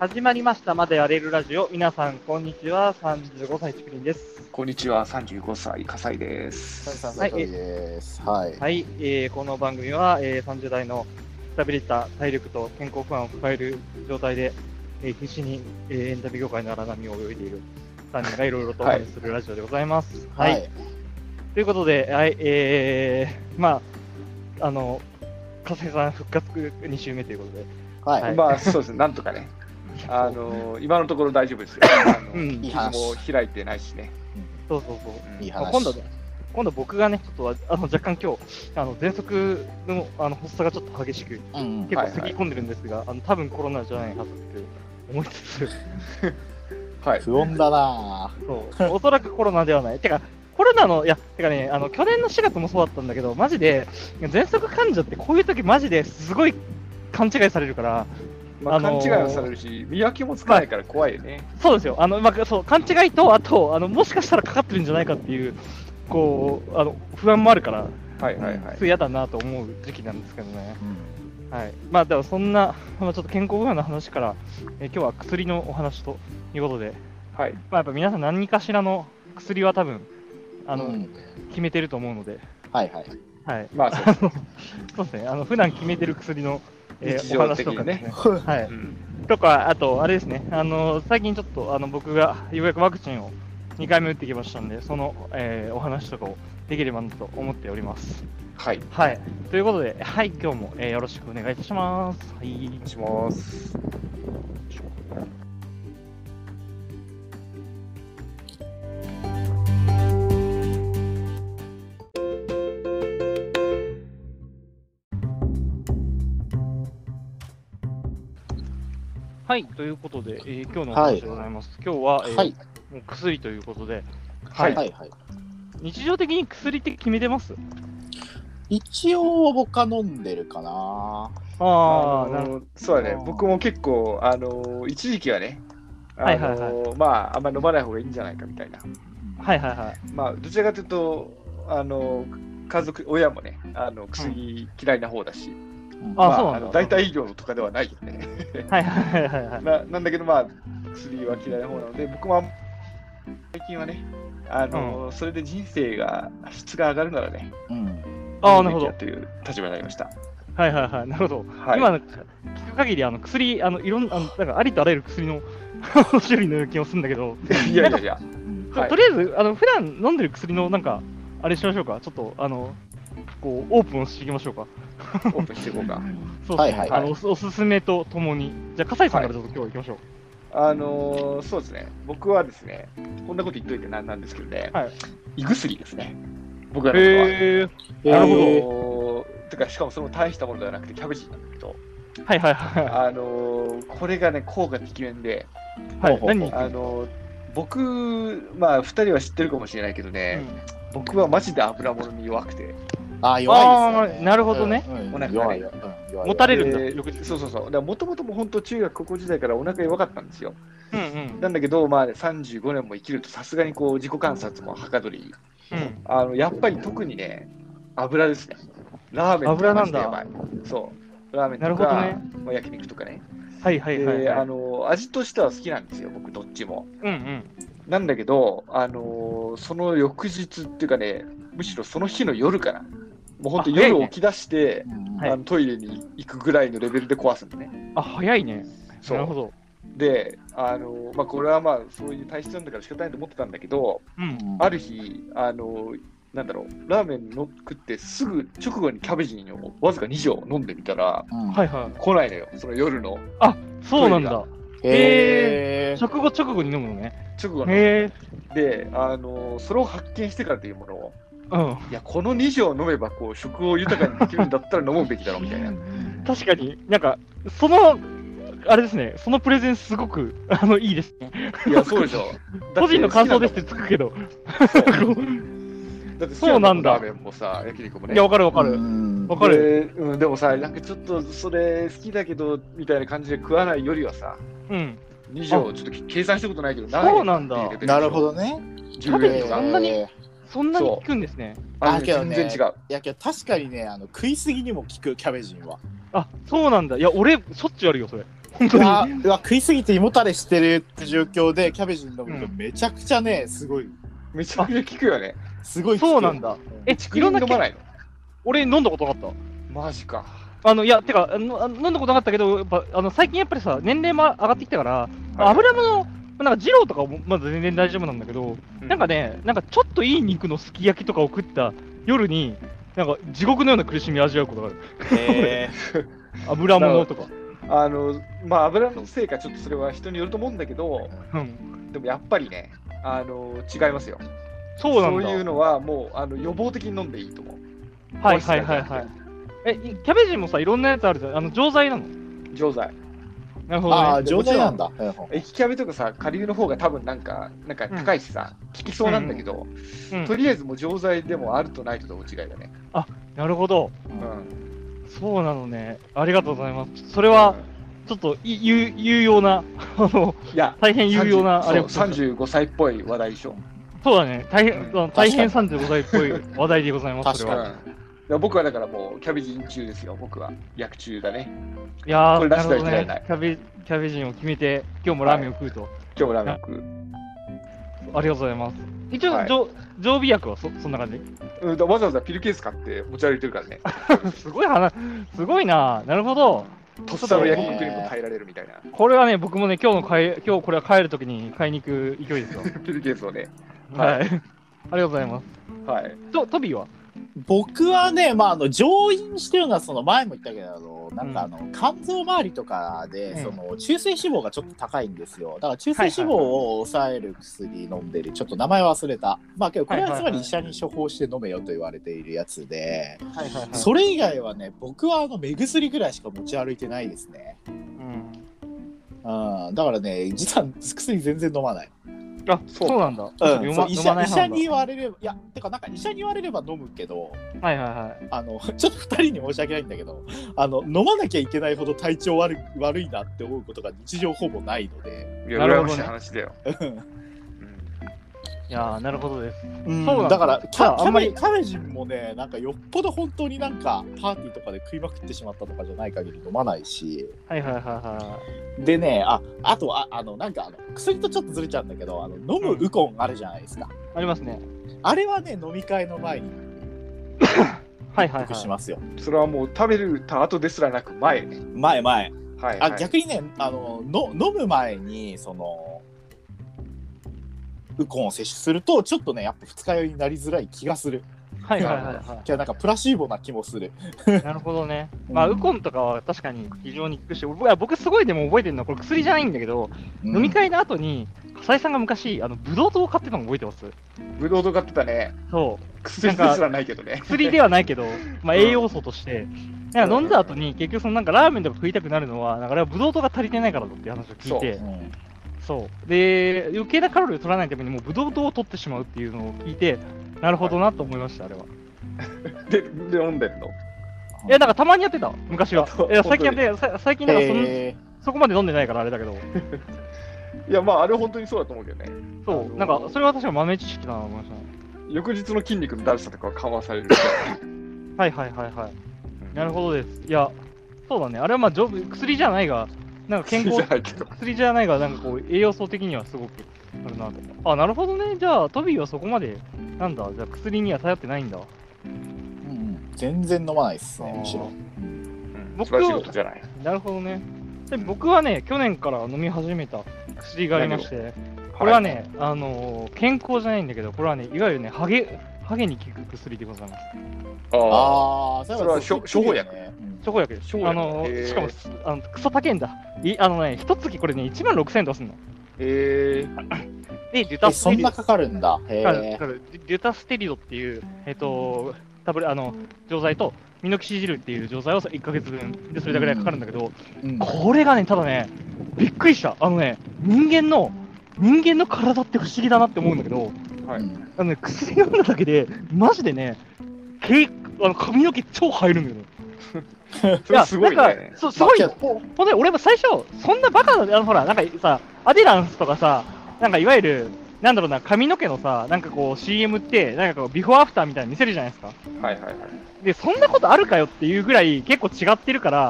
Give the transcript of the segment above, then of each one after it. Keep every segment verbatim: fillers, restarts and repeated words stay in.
始まりましたまでやれるラジオ。皆さんこんにちは。さんじゅうごさいちくりんです。 こんにちは。さんじゅうごさい笠井です。 さんさいです。はい。 はい、えー、この番組は、えー、さんじゅう代のくたびれた体力と健康不安を抱える状態で、えー、必死に、えー、エンタメ業界の荒波を泳いでいるさんにんがいろいろとお話しするラジオでございます。はい。はい、ということで、はい、えー、まああの笠井さん復活に週目ということで、 はい。はい、まあそうですね。なんとかね。あの今のところ大丈夫ですよ。あの、うん、記事も開いてないしね。 そうそうそう。 うん、いい話。 今度ね、今度僕がね、ちょっとあの若干今日あの喘息のあの発作がちょっと激しく、うん、結構咳き込んでるんですが、はいはい、あの多分コロナじゃないはずって思いつつ、 はい。不穏だなぁ。そう。おそらくコロナではない。てかコロナのいやてかね、あの去年のしがつもそうだったんだけど、マジで喘息患者ってこういう時マジですごい勘違いされるから。 まあ、勘違いはされるし、見分けもつかないから怖いよね。 まあ、そうですよ。あの、まあ、そう、勘違いと、あと、あの、もしかしたらかかってるんじゃないかっていう、こう、あの、不安もあるから、 はいはいはい。 すごい嫌だなと思う時期なんですけどね。うん、はい。まあ、でもそんな、まあ、ちょっと健康不安の話から、え今日は薬のお話ということで、 はい。 まあ、やっぱ皆さん何かしらの薬は多分、あの、うん、決めてると思うので、 はいはい。 はい。 まあ、そうですね。 そうですね。あの、普段決めてる薬の、 えー、お話とかね。 はい。うん、とか、あと、あれですね、あの最近ちょっとあの僕がようやくワクチンをにかいめ打ってきましたんで、その、えー、お話とかをできればなと思っております。 はい。 はい。ということで、はい、今日も、えー、よろしくお願いいたします。はい。 お願いします。 はい、ということで、えー、今日のお話でございます。はい、今日は、えーはい、もう薬ということで、 はい、はいはい、 日常的に薬って決めてます？ 一応僕は飲んでるかな。 ああ、なるほど。そうだね。僕も結構あの一時期はね、あの、はいはいはい、まああんまり飲まない方がいいんじゃないかみたいな。 はいはいはい。 まあどちらかというとあの家族親もねあの薬嫌いな方だし。うんあ、まあ、そうなんだ。 大体医療とかではないよね。 はいはいはいはい。 な, なんだけど、まあ、薬は嫌いな方なので、僕は最近はね、あの、うん、それで人生が質が上がるならね、 うん、ああ、なるほど。 という立場になりました。 はいはいはい、なるほど。はい、今、聞く限り、あの薬、あのいろんな、なんかありとあらゆる薬の種類のような気もするんだけど、 いやいやいや、 はい、とりあえず、あの普段飲んでる薬の、なんか、あれしましょうか、ちょっと、あの、こうオープンしていきましょうか。 オープンしていこうか。 そうですね。はいはい、あの お, おすすめとともに。じゃあ、笠井さんからちょっと今日は行きましょう。 はい、あのー、そうですね。僕はですね、こんなこと言っといてなんなんですけどね、はい、胃薬ですね。僕らのことは。 へー、なるほど。てか、しかもその大したものではなくて、キャベジンなんだけど、 はいはいはい。 あのー、これがね、効果てきめんで、 はい、何あのー、僕、まあ、ふたりは知ってるかもしれないけどね、うん、僕はマジで油物に弱くて。 あ、弱いですね。なるほどね。 うんうん、お腹がね、 うん、持たれるんだ。よくそうそうそう。もともとも本当中学高校時代からお腹弱かったんですよ。 うんうん、 なんだけど、まあ、さんじゅうごねんも生きるとさすがにこう自己観察もはかどり、うん、あのやっぱり特にね、油ですね。ラーメンとかマジでやばい。そう。ラーメンとか、ね、まあ、焼肉とかね。 はいはいはい、はい、 あの味としては好きなんですよ、僕どっちも。 うんうん、 なんだけど、あのその翌日っていうかね、むしろその日の夜から。もう本当夜起き出して、ね、あのトイレに行くぐらいのレベルで壊すんでね。 あ、早いね。 そう。 なるほど。 で、あのまあ、これはまあそういう体質なんだから仕方ないと思ってたんだけど、うん、ある日、あのなんだろう、ラーメンの食ってすぐ直後にキャベジンをわずかに錠飲んでみたら、うん、はいはい、来ないのよ、その夜の。 あ、そうなんだ。へえ。直後直後に飲むのね。 直後の。へえ。で、あのそれを発見してからというものを。うん、いやこのに錠飲めばこう食を豊かにできるんだったら飲むべきだろうみたいな。 確かになんかそのあれですね、そのプレゼンすごくあのいいですね。 いやそうでしょ。 個人の感想ですってつくけど。 だってそうなんだ。ラーメンもさ焼肉もね。 いやわかるわかる。わかる。 で、うん、でもさなんかちょっとそれ好きだけどみたいな感じで食わないよりはさ、うん、に錠ちょっと計算したことないけどそうなんだ。 なるほどね。 キャベツそんなに。そんなに効くんですね。 あ、けどね、 全然違う。 いやけど確かにね、あの食いすぎにも効くキャベジンは。 あ、そうなんだ。いや、俺しょっちゅうあるよそれ。 本当に。 うわうわ食いすぎて胃もたれしてるって状況でキャベジン飲むとめちゃくちゃねすごいめちゃくちゃ効くよね。 すごいそうなんだ。え、いろんな飲まないの？ 俺飲んだことなかった。 マジか。 あの、いや、てか、あのあの飲んだことなかったけど、やっぱ、あの、最近やっぱりさ、年齢も上がってきたから、 はい油物、なんか二郎とかもまだ全然大丈夫なんだけど、 うんなんかね、なんかちょっといい肉のすき焼きとかを食った夜に、なんか地獄のような苦しみを味わうことがある。 へ油物とか。 あの、まあ、油のせいか、ちょっとそれは人によると思うんだけど、 うん。 でもやっぱりね、あの、違いますよ。 そうなんだ。 そういうのはもうあの予防的に飲んでいいと思う。 はいはいはいはい。え、キャベジンもさ、いろんなやつあるじゃん。あの、錠剤なの？ 錠剤。 なるほど、ね。 ああ錠剤なんだ。 液キャベとかさ、顆粒の方が多分なんか、なんか高いしさ、効、うん、きそうなんだけど、 うんうん、 とりあえずもう錠剤でもあるとないとの違いだね。 あ、なるほど。 うん。 そうなのね。ありがとうございます。それは、ちょっと有有用な、あの、 いや、 大変有用な、 あれさんじゅうごさいっぽい話題でしょ。 そうだね。大変、うん、大変さんじゅうごさいっぽい話題でございます。それは。 うん、僕はだからもう、キャベジン中ですよ、僕は。薬中だね。 いやー、 これ出したらなるほどね、キャベ、キャベジンを決めて、今日もラーメンを食うと。はい、 今日もラーメンを食う。 ありがとうございます。一応、はい、常常備薬はそそんな感じ、 うん、わざわざピルケース買って持ち歩いてるからね。 すごい話、すごいな。なるほど。 とっさの焼肉にも耐えられるみたいな。 これはね、僕もね、今日の帰今日これは帰るときに買いに行く勢いですよ。 ピルケースをね。 はい。ありがとうございます。 はい。 と、トビーは僕はね、まあ、あの上院してるのはその前も言ったけど、あのなんかあの、うん、肝臓周りとかで、うん、その中性脂肪がちょっと高いんですよ。だから中性脂肪を抑える薬飲んでる、ちょっと名前忘れた。まあけどこれはつまり医者に処方して飲めよと言われているやつで、はいはいはい、それ以外はね、僕はあの目薬ぐらいしか持ち歩いてないですね。うん。うん、だからね、実は薬全然飲まない。 あ、そうなんだ。 うん、そう医者医者に言われれば、いや、てかなんか医者に言われれば飲むけど、はいはいはい。あの、ちょっとふたりに申し訳ないんだけど、あの、飲まなきゃいけないほど体調悪い、悪いなって思うことが日常ほぼないので。 いや、羨ましい話だよ。 いやー、なるほどです。 うん、そうなんだからキャ、キャベ、キャベジンもね、なんかよっぽど本当になんかパーティーとかで食いまくってしまったとかじゃない限り飲まないし。 はいはいはいはい。 でね、あ、あとは、あの、なんかあの、薬とちょっとずれちゃうんだけど、あの、飲むウコンあるじゃないですか。 うん、ありますね。 あれはね、飲み会の前に。 はいはいはい。 しますよ。 それはもう食べるた後ですらなく前ね。 前前。 はい、 はい。あ、逆にね、あの、の飲む前に、その、ウコンを摂取するとちょっとねやっぱ二日酔いになりづらい気がする。 はいはいはいはい。 じゃあなんかプラシーボな気もする。 なるほどね。まあ、うん、ウコンとかは確かに非常に効くし、僕すごいでも覚えてるのはこれ薬じゃないんだけど、うん、飲み会の後に笠井さんが昔あのブドウ糖を買ってたの覚えてます？ ブドウ糖買ってたね。 そう。 薬ですらないけどね。 薬ではないけど、まあ栄養素として、なんか飲んだ後に結局そのなんかラーメンとか食いたくなるのは、なんかあれはブドウ糖が足りてないからだって話を聞いて。そう。うんそうで余計なカロリーを取らないためにもうブドウ糖を取ってしまうっていうのを聞いて、なるほどなと思いました、あれは。 で、で飲んでるの？ いや、だからたまにやってた、昔は。いや最近やって、最近なんかそのそこまで飲んでないからあれだけど。 いや、まあ、あれ本当にそうだと思うけどね。 そう、なんかそれは確か豆知識だなと思いましたね。 翌日の筋肉のだるさとかは緩和される。 はいはいはいはい。うん、なるほどです。いや、そうだね、あれはまあ薬じゃないが、なんか健康薬じゃないが、なんかこう栄養素的にはすごくあるなと。あ、なるほどね。じゃあトビーはそこまでなんだ、じゃあ薬には頼ってないんだ。 うん、全然飲まないっすね、むしろ。 うん、僕はじゃない。 なるほどね。で僕はね、去年から飲み始めた薬がありまして、これはね、はい、あのー、健康じゃないんだけど、これはね、いわゆるね、ハゲ、ハゲに効く薬でございます。 ああ、それは処方薬。 処方薬です。あのー、しかもあのクソ高いんだ。いあのね、一月これね、いちまんろくせんえん出すんだ。 へえ。で、デュタステリド。そんなかかるんだ。へえ。 デュタステリドっていう、えっと、タブレあの錠剤とミノキシジルっていう錠剤をいっかげつぶんでそれだけぐらいかかるんだけど、うん、これがね、ただね、びっくりした。あのね、人間の、人間の体って不思議だなって思うんだけど、はい、あのね、薬飲んだだけで、マジでね、毛あの髪の毛超生えるんだよね。 いや、すごいね。 そう、すごい。ほんで、俺も最初、そんなバカな、あの、ほら、なんかさ、アデランスとかさ、なんかいわゆる、なんだろうな、髪の毛のさ、なんかこう シーエム って、なんかこう、ビフォーアフターみたいに見せるじゃないですか。 はいはいはい。 で、そんなことあるかよっていうぐらい結構違ってるから、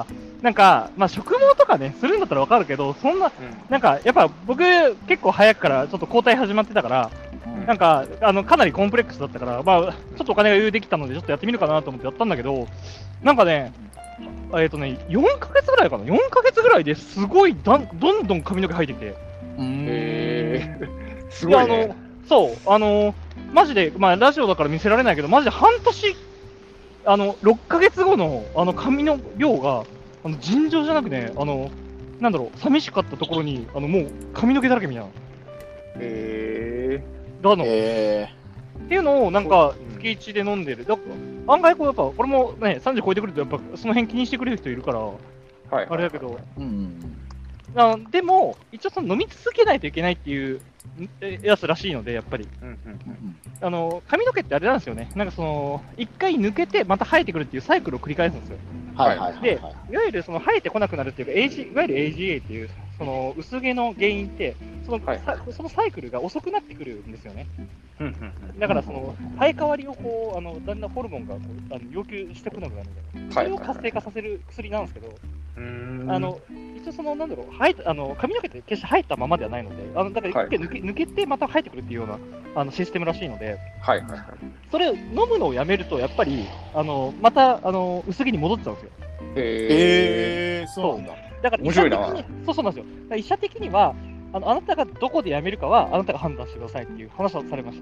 なんか、まあ、植毛とかね、するんだったらわかるけど、そんな、なんか、やっぱ僕、結構早くからちょっと交代始まってたから、うん、なんか、あの、かなりコンプレックスだったから、まあ、ちょっとお金が余裕できたので、ちょっとやってみるかなと思ってやったんだけど、なんかね、えっとね、よんかげつぐらいかな、よんかげつぐらいですごいだん、どんどん髪の毛生えてきて。 へー、すごいね。 あの、そう、あの、マジで、まあ、ラジオだから見せられないけど、マジで半年、あの、ろっかげつごの、あの、髪の量が、あの、尋常じゃなくね、あの、なんだろう、寂しかったところに、あの、もう、髪の毛だらけみたいな。 へー。だの。へー。っていうのを、なんか、月いちで飲んでる。だ案外、こう、やっぱ、これもね、さんじゅう超えてくると、やっぱ、その辺気にしてくれる人いるから、はい、あれだけど、うん。あでも、一応その飲み続けないといけないっていうやつらしいので、やっぱり。うんうんうん、あの髪の毛ってあれなんですよね。なんかその、一回抜けてまた生えてくるっていうサイクルを繰り返すんですよ。はいはいはいはい、で、いわゆるその生えてこなくなるっていうか、エージー、いわゆる エージーエー っていう、その薄毛の原因って、その、はい、そのサイクルが遅くなってくるんですよね。うんうんうん、だからその、生え変わりをこう、あのだんだんホルモンがこうあの要求してこなくなるので、それを活性化させる薬なんですけど、あの一応その、なんだろう、生えあの髪の毛って決して生えたままではないので、あのだから一回抜け、はい、抜けてまた生えてくるっていうようなあのシステムらしいので、はいはいはい、それを飲むのをやめると、やっぱりあのまたあの薄毛に戻っちゃうんですよ。 へえー、そうなんだ。 だから医者的に、そうそうなんですよ。医者的にはあの、あなたがどこでやめるかはあなたが判断してくださいっていう話をされました。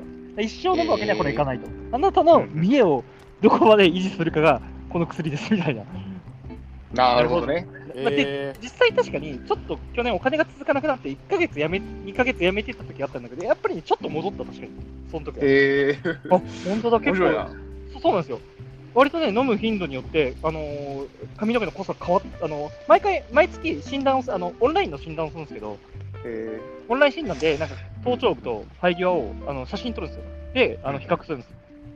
一生飲むわけにはこれいかないと。あなたの見栄をどこまで維持するかがこの薬ですみたいな。 なるほどね。 で実際確かにちょっと去年お金が続かなくなっていっかげつやめにかげつやめてた時があったんだけど、やっぱり、ね、ちょっと戻った、確かにその時は。 へー、あ、本当だ、結構そそうなんですよ。割とね、飲む頻度によって、あのー、髪の毛の濃さ変わっあのー、毎回毎月診断をあのオンラインの診断をするんですけど、 へオンライン診断でなんか頭頂部と生え際をあの写真撮るんですよ。で、あの比較するんですよ。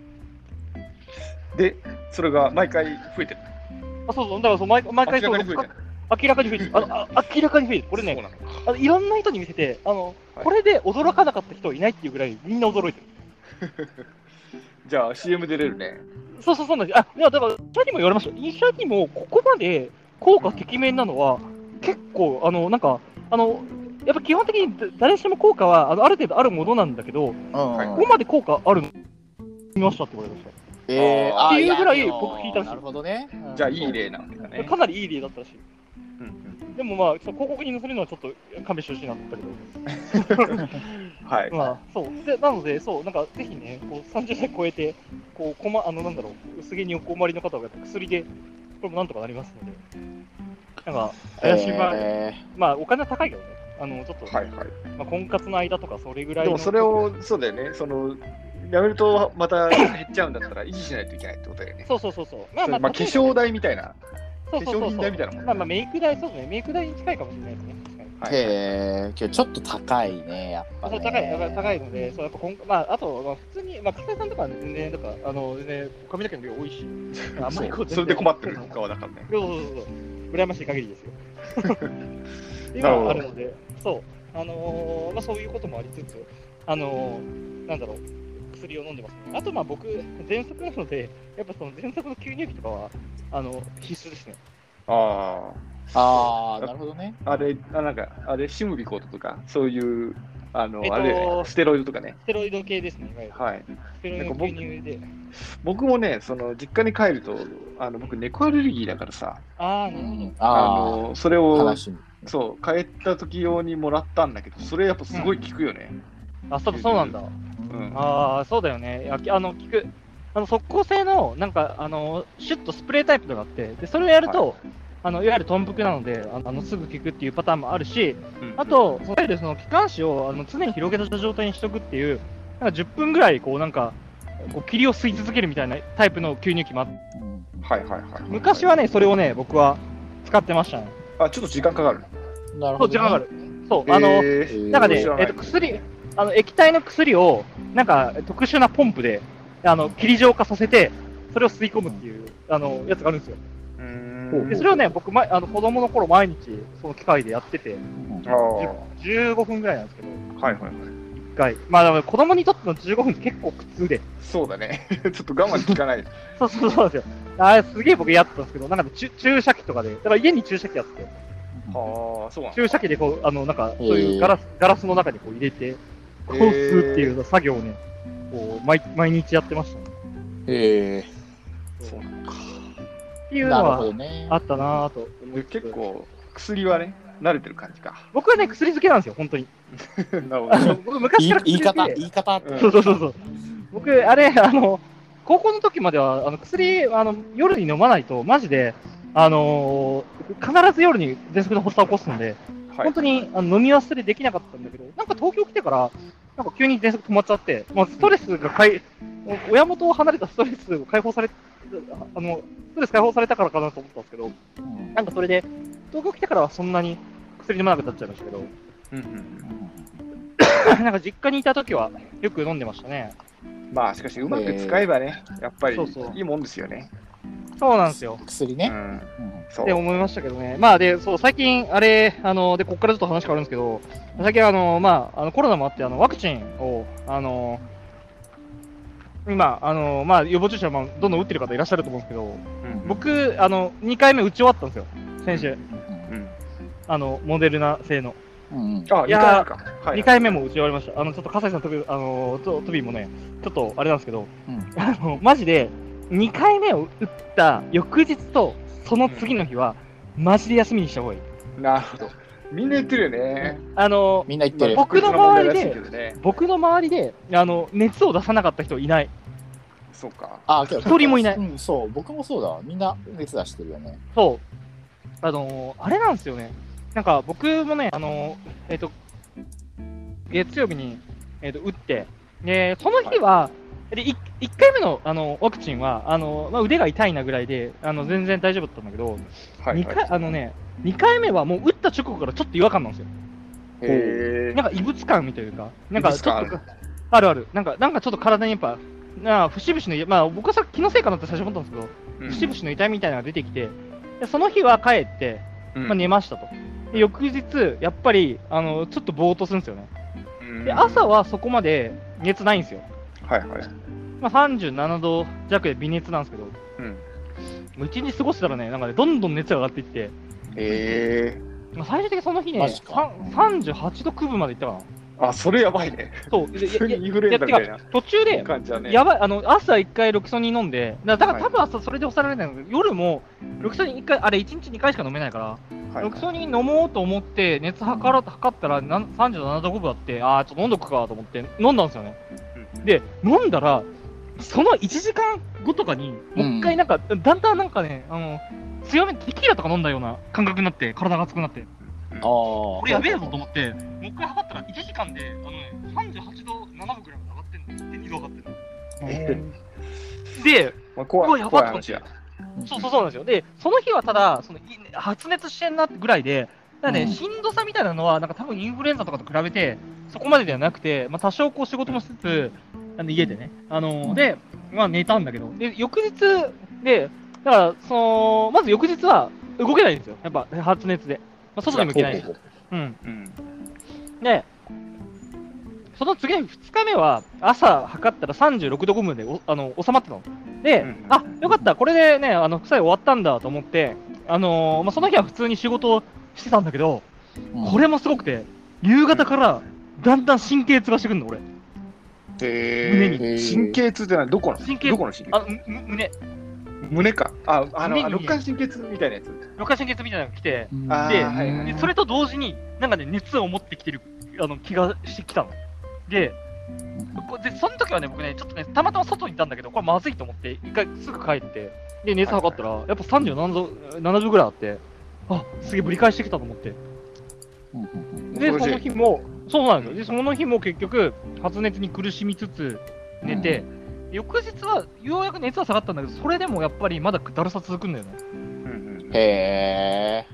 で、それが毎回増えてる。 あ、そうそう、だからそう毎毎回そう明らかに増えてる。あのあ明らかに増えてる。これね、あのいろんな人に見せて、あの、はい、これで驚かなかった人はいないっていうぐらいみんな驚いてる。 じゃあ シーエム 出れるね。 そうそうそうなんです。あ、いやだから医者にも言われました。医者にもここまで効果てきめんなのは結構あのなんかあのやっぱ基本的に誰しも効果はあのある程度あるものなんだけど、ここまで効果あるの見ましたって言われました。 えー、 っていうぐらい僕聞いたらしい。 なるほどね。 じゃあいい例なんだね。 かなりいい例だったらしい。うんうん、でもまあ広告に載せるのはちょっと勘弁してほしいなと思ったけど。はい。まあそうでなのでそうなんかぜひねこうさんじゅっさい超えてこうこまあのなんだろう薄毛にお困りの方が薬でこれもなんとかなりますので。なんか怪しい場合、えー、まあお金は高いけどね。あのちょっと、はいはい、まあ婚活の間とかそれぐらいの。 でもそれをそうだよね。そのやめるとまた減っちゃうんだったら維持しないといけないってことだよね。 そうそうそうそう。 まあまあ、まあ、化粧代みたいな。 そうそうそうそう化粧品代みたいなもん、ね。 まあまあメイク代そうですね。メイク代に近いかもしれないですね。 はい、へえ、ちょっと高いね、やっぱ、ね。 そう高い、やっぱ高いので、そうやっぱこんまああとまあ普通にまあ加瀬さんとかは全然とかあの全然髪の毛の量多いし、 あんまりこうそれで困ってる側だからね。 そうそうそうそう。羨ましい限りですよ。っていうのがあるので、そうあのー、まあそういうこともありつつ、あのー、なんだろう。薬を飲んでますね。あとまあ僕喘息なのでやっぱその喘息の吸入器とかはあの必須ですね。 あああなるほどね。 あれあなんかあれシムビコートとかそういうあの、えっと、あれ、ね、ステロイドとかね。 ステロイド系ですね。いわゆるはい。 ステロイド吸入で。 僕もねその実家に帰るとあの僕猫アレルギーだからさ。 ああなるほど。 あのそれをそう帰った時用にもらったんだけどそれやっぱすごい効くよね。 うん、あそうそうなんだ。うん、ああ、そうだよね。あの、聞く。あの、速攻性の、なんか、あの、シュッとスプレータイプとかあって、で、それをやると、はい、あの、いわゆる豚腹なので、あの、すぐ効くっていうパターンもあるし、うん、あと、いわゆるその、気管支を、あの、常に広げた状態にしとくっていう、なんかじゅっぷんぐらい、こう、なんか、こう霧を吸い続けるみたいなタイプの吸入器もあって、 はいはいはい。 昔はね、それをね、僕は使ってましたね。 あ、ちょっと時間かかる。 なるほど、ね。そう、時間かかる。そう、あの、えー、なんかね、えっと、薬、あの液体の薬をなんか特殊なポンプであの霧状化させてそれを吸い込むっていうあのやつがあるんですよ。うーんでそれをね僕まあの子供の頃毎日その機械でやっててじゅうごふんぐらいなんですけど、 はいはいはい、いっかいまあでも子供にとってのじゅうごふんって結構苦痛でそうだねちょっと我慢効かないそうそうそうなんですよ。 あれすげえ僕嫌だったんですけど、なんかね注注射器とかで、だから家に注射器あって、 はあ、そうなんだ。 注射器でこう、あの、なんか、そういうガラス、ガラスの中にこう入れて、こう吸うっていう作業をね、こう、毎毎日やってましたね。 へえ。 そうなのか。 っていうのなるほはどね。 あったなぁと。 で結構、薬はね、慣れてる感じか。 僕はね、薬漬けなんですよ、本当に。 なるほどね。 あの僕、昔から言い言い方、 薬漬け言い方って。 そうそうそうそう。僕、あれ、あの、高校の時までは、あの薬、あの、夜に飲まないと、マジで、あのー必ず夜に喘息の発作を起こすんで、 はい本当にあの飲み忘れできなかったんだけど、なんか東京来てから、なんか急に喘息止まっちゃって、まあ、ストレスがかい、親元を離れたストレスを解放され、あの、ストレス解放されたからかなと思ったんですけど、 うんなんかそれで、東京来てからはそんなに薬飲まなくなっちゃいましたけど、 うんうんなんか実家にいた時はよく飲んでましたね。 まあ、しかし、うまく使えばね、やっぱりそうそういいもんですよね。 そうなんですよ。 う薬ね。 ん。そうって。思いましたけどね。まあで、そう、最近、あれ、あの、で、ここからちょっと話変わるんですけど、最近、あの、まあ、あのコロナもあって、あの、ワクチンを、あの、今、あの、まあ、予防注射、まあ、どんどん打ってる方いらっしゃると思うんですけど、 うん僕、あの、にかいめ打ち終わったんですよ、先週。 うん。 あの、モデルナ製の。 うんうん。 あ、 いやーにかいめか。はい。 にかいめも打ち終わりました。あの、ちょっと、笠井さんと、あの、とトビーもね、ちょっと、あれなんですけど、 うんあの、マジで、にかいめを打った翌日と、その次の日は、マジで休みにした方がいい。 なるほど。みんな言ってるよね。 あの、 みんな言ってる。 僕の周りでまあ僕の問題らしいけどね僕の周りで、あの、熱を出さなかった人いない。 そうか。 あ、けど一人もいないうん、そう、僕もそうだわ。みんな熱出してるよね。 そう。あのーあれなんですよね。なんか僕もね、あのーえっ、と、月曜日に、えー、と打って、で、その日は、で 1, いっかいめの、あのワクチンはあの、まあ、腕が痛いなぐらいであの全然大丈夫だったんだけど、 はい、 にかいあのね、にかいめはもう打った直後からちょっと違和感なんですよ。 へなんか異物感というか、なんかちょっと異物感あるある、なんかなんかちょっと体にやっぱ、な節々の、まあ僕はさ気のせいかなって最初思ったんですけど、 え。 節々の痛みみたいなのが出てきて、でその日は帰って、まあ、寝ましたと。で翌日、やっぱりあのちょっとぼーっとするんですよね。で朝はそこまで熱ないんですよ。 はいはい。 まあ、さんじゅうななど弱で微熱なんですけど、 うん。 もういちにち過ごしたらね、なんかね、どんどん熱が上がっていって、 へえ。 まあ、最終的にその日ね、 マジかさんさんじゅうはちどくぶまでいったかな。 あ、それやばいね。 そう、で普通にいやインフルエンザみたいなやてか途中で、 感じだね。 やばい、あの朝いっかいロキソニン飲んで、だだからはい多分朝それで抑えられないので、夜もロキソニンいっかい、あれいちにちにかいしか飲めないから、 はいロキソニン飲もうと思って、熱測ろう測ったらなんさんじゅうななどごぶあって、あー、ちょっと飲んどくかと思って飲んだんですよね。 うんで、飲んだら、そのいちじかんごとかに、もう一回なんか、だんだんなんかね、あの強めにテキーラとか飲んだような感覚になって、体が熱くなって、 ああ。 これやべえぞと思って、もう一回測ったらいちじかんで、あのね、さんじゅうはちどななぶぐらいまで上がってんの、いってんにど上がってんの。 えで、 まあ、怖いうわやばっと思って怖い話や。 そうそうそうなんですよ。で、その日はただ、そのい発熱してんなぐらいで、だからね、 うんしんどさみたいなのは、なんか多分インフルエンザとかと比べて、そこまでではなくて、まあ、多少こう仕事もしつつ、あの家でね、あのーで、まあ寝たんだけど、で、翌日で、だから、その、まず翌日は動けないんですよ。やっぱ発熱で。まあ、外にも行けないし。うん。 うん。 で、その次のふつかめは、朝測ったらさんじゅうろくどごぶでおあの収まってたの。で、 うんあ、よかった、これでね、あの副作用終わったんだと思って、あのーまあ、その日は普通に仕事をしてたんだけど、これもすごくて、夕方からだんだん神経痛がしてくるの、俺。 へ胸にえ。神経痛ってのはどこの神経どこの神経あ、むむ胸、 胸か。あ、あの、 胸にあ肋間神経痛みたいなやつ。 肋間神経痛みたいなのが来て、 うんあーではいはいでそれと同時に、なんかね、熱を持ってきてるあの気がしてきたの。で、こでその時はね、僕ね、ちょっとね、たまたま外にいたんだけど、これまずいと思って、一回すぐ帰って、で、熱測ったら、やっぱさんじゅうななど、ななどぐらいあって、あ、すげえぶり返してきたと思って。 うんうんで、そ恐ろしいの日も、そうなんですよ。で、その日も結局、発熱に苦しみつつ寝て、翌日はようやく熱は下がったんだけど、それでもやっぱりまだだるさ続くんだよね。 うんうんへえ。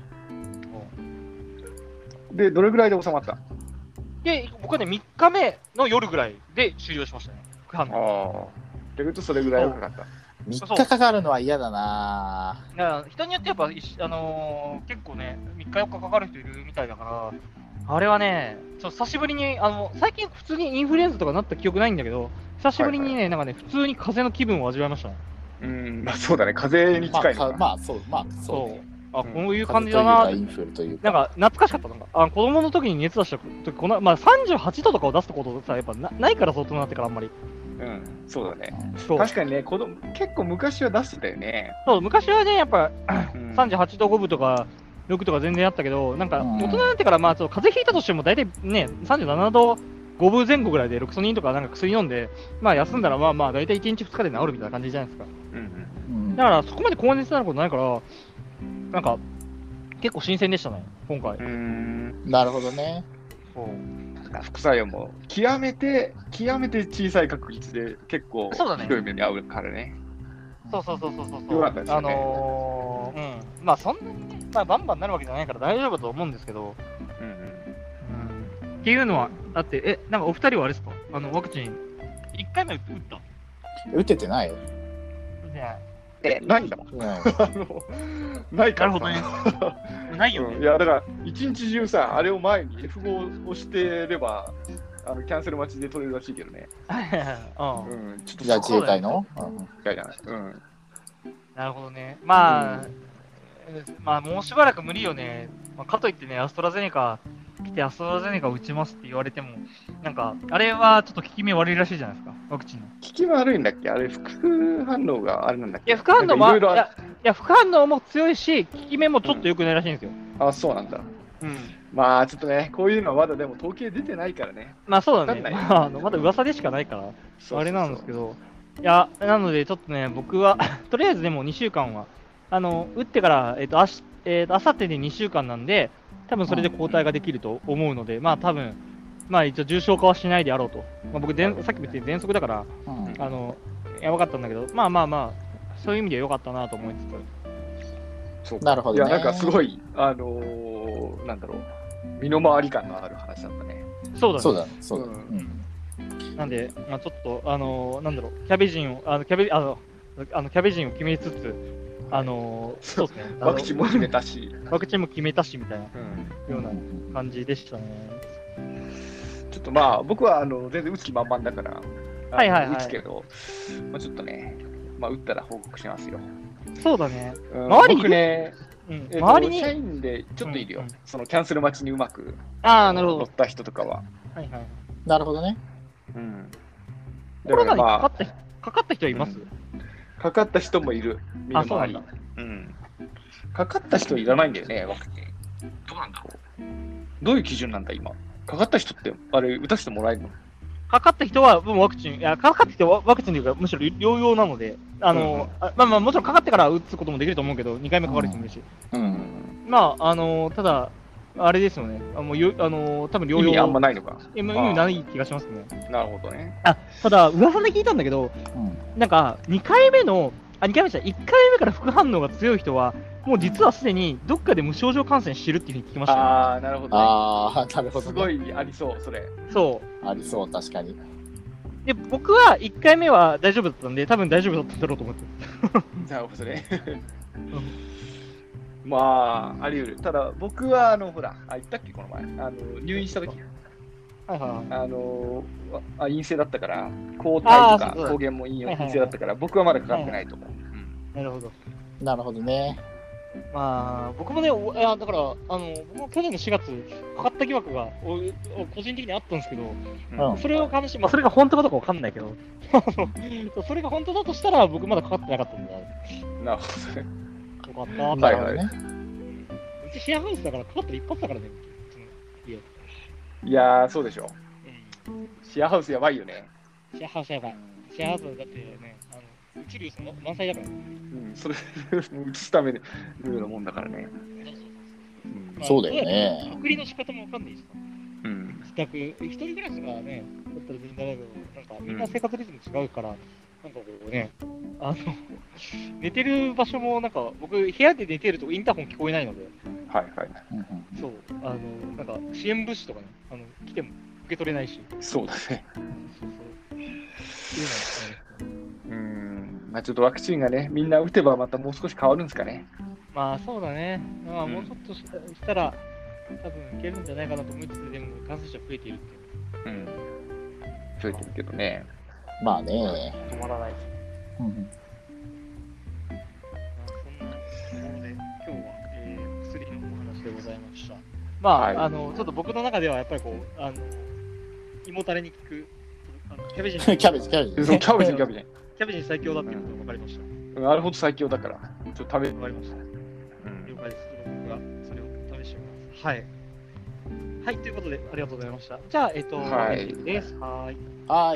で、どれぐらいで収まったで、僕はね、みっかめの夜ぐらいで終了しましたね。副反応。 ああ。で、言うとそれぐらいはかかった。 みっかかかるのは嫌だな。 だから人によってやっぱ、いしあのー結構ね、みっかよっかかかる人いるみたいだから、あれはね、ちょっと久しぶりに、あの最近普通にインフルエンザとかなった記憶ないんだけど、久しぶりにね、なんかね、普通に風邪の気分を味わいましたね。 うん、まあそうだね、風邪に近いのか。 まあ、まあ、そう、まあ、そうね。 あ、こういう感じだな。 インフルというか。 なんか懐かしかったのが、あ、子供の時に熱出した時、このまあさんじゅうはちどとかを出すことさ、やっぱなないからそうとなってからあんまり。 うん、そうだね。 そう確かにね、子供結構昔は出してたよね。 そう、昔はね、やっぱ、 うん、 さんじゅうはちどごぶとかろくとか全然あったけど、なんか大人になってから、まあ、ちょっと風邪ひいたとしても、大体ね、さんじゅうななどごぶ前後ぐらいでロキソニンとかなんか薬飲んで、まあ休んだら、まあまあ、大体いちにちふつかで治るみたいな感じじゃないですか。 うんうん、 だから、そこまで高熱になることないから、なんか、結構新鮮でしたね、今回。うーん、なるほどね。 そう副作用も極めて、極めて小さい確率で結構ひどい目に遭うからね。 そうそうそうそうそうそう。ね、あのー、うん。まあ、そんなにね、まあ、バンバンなるわけじゃないから大丈夫だと思うんですけど、うんうん。うん、っていうのは、だって、え、なんかお二人はあれですか、あの、ワクチン、いっかいめ打った？ 打っててないよ。 ねえ、ないんだもん。ないから。なるほどね。 ないよね。 うん、いや、だから、一日中さ、あれを前に エフごを押してれば、あのキャンセル待ちで取れるらしいけどね。 うん、ちょっとじゃあ自衛隊の、 うん、じゃない。うん。 なるほどね。まあ、うん、まあ、もうしばらく無理よね。まあ、かといってね、アストラゼネカ来てアストラゼネカ打ちますって言われても、なんか、あれはちょっと効き目悪いらしいじゃないですか、ワクチンの。効き目悪いんだっけ、あれ、副反応があれなんだっけ。 いや、副反応も、いや、いや副反応も強いし、効き目もちょっと良くないらしいんですよ。 うん、あ、そうなんだ。うん。まあ、ちょっとね、こういうのはまだでも統計出てないからね。 まあ、そうだね。まあ、あのまだ噂でしかないから、そうそうそう、あれなんですけど、いや、なので、ちょっとね、僕は、とりあえずでもにしゅうかんは、あの、打ってから、えっ、ー、と、あし、えっ、ー、と、あさってでにしゅうかんなんで、多分それで抗体ができると思うので、まあ、多分、まあ、一応重症化はしないであろうと。まあ、僕、さっきも言って喘息だから、うん、あの、やばかったんだけど、まあまあまあ、そういう意味では良かったなと思いつつ。そうなるほど、ね。いや、なんかすごい、あのー、なんだろう、身の回り感のある話だったね。 そうだね。 そうだ、そうだ。うんうん、なんで、まあ、ちょっと、あのー、なんだろう、キャベジンを、あの、キャベ、あの、あのキャベジンを決めつつ、あのー、そうですね。 ワクチンも決めたし。 ワクチンも決めたし、みたいな、うん、ような感じでしたね。 ちょっとまあ、僕はあの全然打つ気満々だから、 はいはいはい、 打つけど、まあ、ちょっとね、まあ、打ったら報告しますよ。 そうだね。 うん、周り僕ね、うんえー、周りに社員でちょっといるよ、うんうん、そのキャンセル待ちにうまくあなるほど乗った人とかは。 はいはい。 なるほどね。 うん。 コロナにかかった、かかった人はいます、うん、 かかった人もいる。身の回り。うん。かかった人いらないんだよね、ワクチン。どうなんだろう。どういう基準なんだ、今。かかった人って、あれ、打たせてもらえるの？ かかった人は、もうワクチン、いや、かかった人はワクチンというか、むしろ療養なので、あの、うんうん、あまあまあ、もちろんかかってから打つこともできると思うけど、にかいめかかる人もいるし。うんうん、まあ、あの、ただ、あれですよね。あもうよあの多分療養。 意味あんまないのか。 意味ない気がしますね。 なるほどね。 あ、ただ、噂で聞いたんだけど、うん、なんか、にかいめの、あ、にかいめじゃない、いっかいめから副反応が強い人は、もう実はすでにどっかで無症状感染してるっていうふうに聞きました、ね。 ああ、なるほど、ね。 ああ、なるほど、ね。 すごいありそう、それ。 そう。ありそう、確かに。 で、僕はいっかいめは大丈夫だったんで、多分大丈夫だったんだろうと思って。 なるほどね。まあ、あり得る。ただ、僕は、あの、ほら、あ、言ったっけ、この前。あの、入院した時はいはい、 あのあ、陰性だったから、抗体とか抗原も陰性だったから、僕はまだかかってないと思う。 なるほど。 なるほどね。 まあ、僕もね、いやだから、あの僕も去年のしがつ、かかった疑惑がおお個人的にあったんですけど、うん、それを話し、まあ、それが本当かどうかわかんないけど、それが本当だとしたら、僕まだかかってなかったんで。 なるほどね。 よかった。 なるほどね。 うちシェアハウスだから、かかったら一発だからね。 いやー、そうでしょ。うん、シェアハウスやばいよね。 シェアハウスやばい。シェアハウスだってね、あのうち率満載だからね。 うん、それ、移すためにルールのもんだからね。 うん、そうだよね。 隔離の仕方もわかんないしさ。 うん。 自宅、一人暮らしがね、だったら全然だけど、なんかみんな生活リズム違うから、うん、なんかこうね、あの、寝てる場所もなんか、僕、部屋で寝てるとインターホン聞こえないので、 はいはい。 そう、あの、なんか支援物資とかね、あの、来ても受け取れないし。 そうだね。そうそう。っていうのはうん、まあちょっとワクチンがね、みんな打てばまたもう少し変わるんですかね。 まあそうだね。まあもうちょっとしたら、多分いけるんじゃないかなと思いつつ、でも感染者増えているっていう。 うん。増えてるけどね。 まあね。 止まらない。 うん。 ざいました。まあ、 はい、 あの、ちょっと僕の中ではやっぱりこう、あの、胃もたれに効く、あのキャベジン。 キャベジン、キャベジン。 そうキャベジン、キャベジン。 キャベジン最強だっていうことが分かりました。 うん、あれほど最強だから、ちょっと食べ分かりました。うん、了解です。僕がそれを試してみます。はい。はい、ということで、ありがとうございました。じゃあ、えっと、 はい。 です。はい。 はい。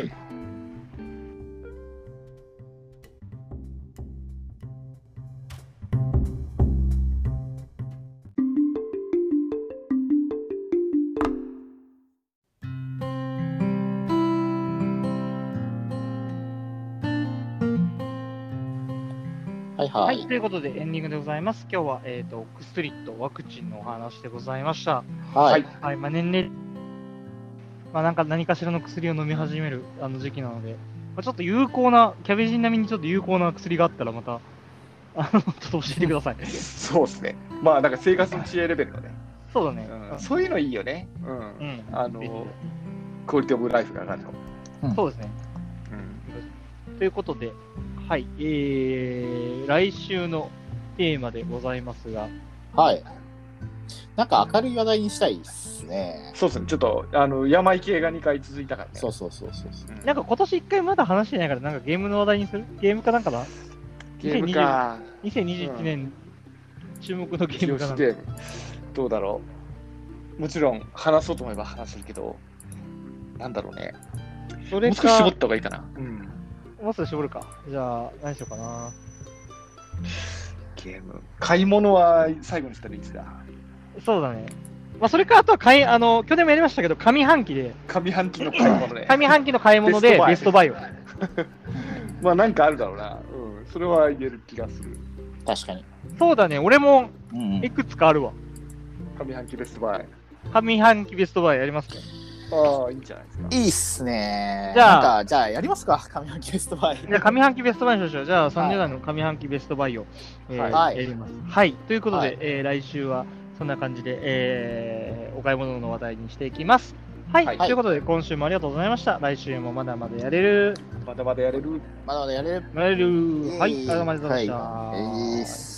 はいはい、 はい、ということでエンディングでございます。今日は、えーと、薬とワクチンのお話でございました。 はい。 はい、まあ、年齢、まあ、なんか何かしらの薬を飲み始めるあの時期なので、まあ、ちょっと有効な、キャベジン並みにちょっと有効な薬があったらまた、あのちょっと教えてください。 そうですね。まあ、なんか生活の知恵レベルのね。 そうだね、 うん。そういうのいいよね。うん。うん、あの、クオリティオブライフが上がると。 うん、そうですね。うん、ということで、はい、えー、来週のテーマでございますが、 はい。なんか明るい話題にしたいですね。 そうですね、ちょっと、あの、病系がにかい続いたからね。 そうそうそうそう。 うん、なんか今年いっかいまだ話してないから、なんかゲームの話題にするゲームかなんかなゲームか。 にせんにじゅういちねん、うん、注目のゲームかなゲーム。どうだろう。もちろん、話そうと思えば話せるけど、なんだろうね。それかもう少し絞った方がいいかな。うん。 もう少し絞るか。じゃあ、何しようかな。 ゲーム。買い物は最後にしたらいつだ。 そうだね。まあ、それか、あとは買い、あの、去年もやりましたけど、上半期で。 上半期の買い物ね。 上半期の買い物でベストバイを。 まあ、なんかあるだろうな。うん。それは言える気がする。 確かに。 そうだね。俺も、いくつかあるわ。 上半期ベストバイ。 上半期ベストバイやりますか？ ああ、いいんじゃないですか。 いいっすね。 じゃあ、 なんかじゃあやりますか、上半期ベストバイ。 じゃあ、上半期ベストバイにしましょう。じゃあ、さんじゅう代の上半期ベストバイを、えーはい、やります。はい。ということで、はい、えー、来週はそんな感じで、えー、お買い物の話題にしていきます。はい。はい、ということで、今週もありがとうございました。来週もまだまだやれる。 まだまだやれる。 まだまだやれる。 やれる。はい。ありがとうございました。 はい。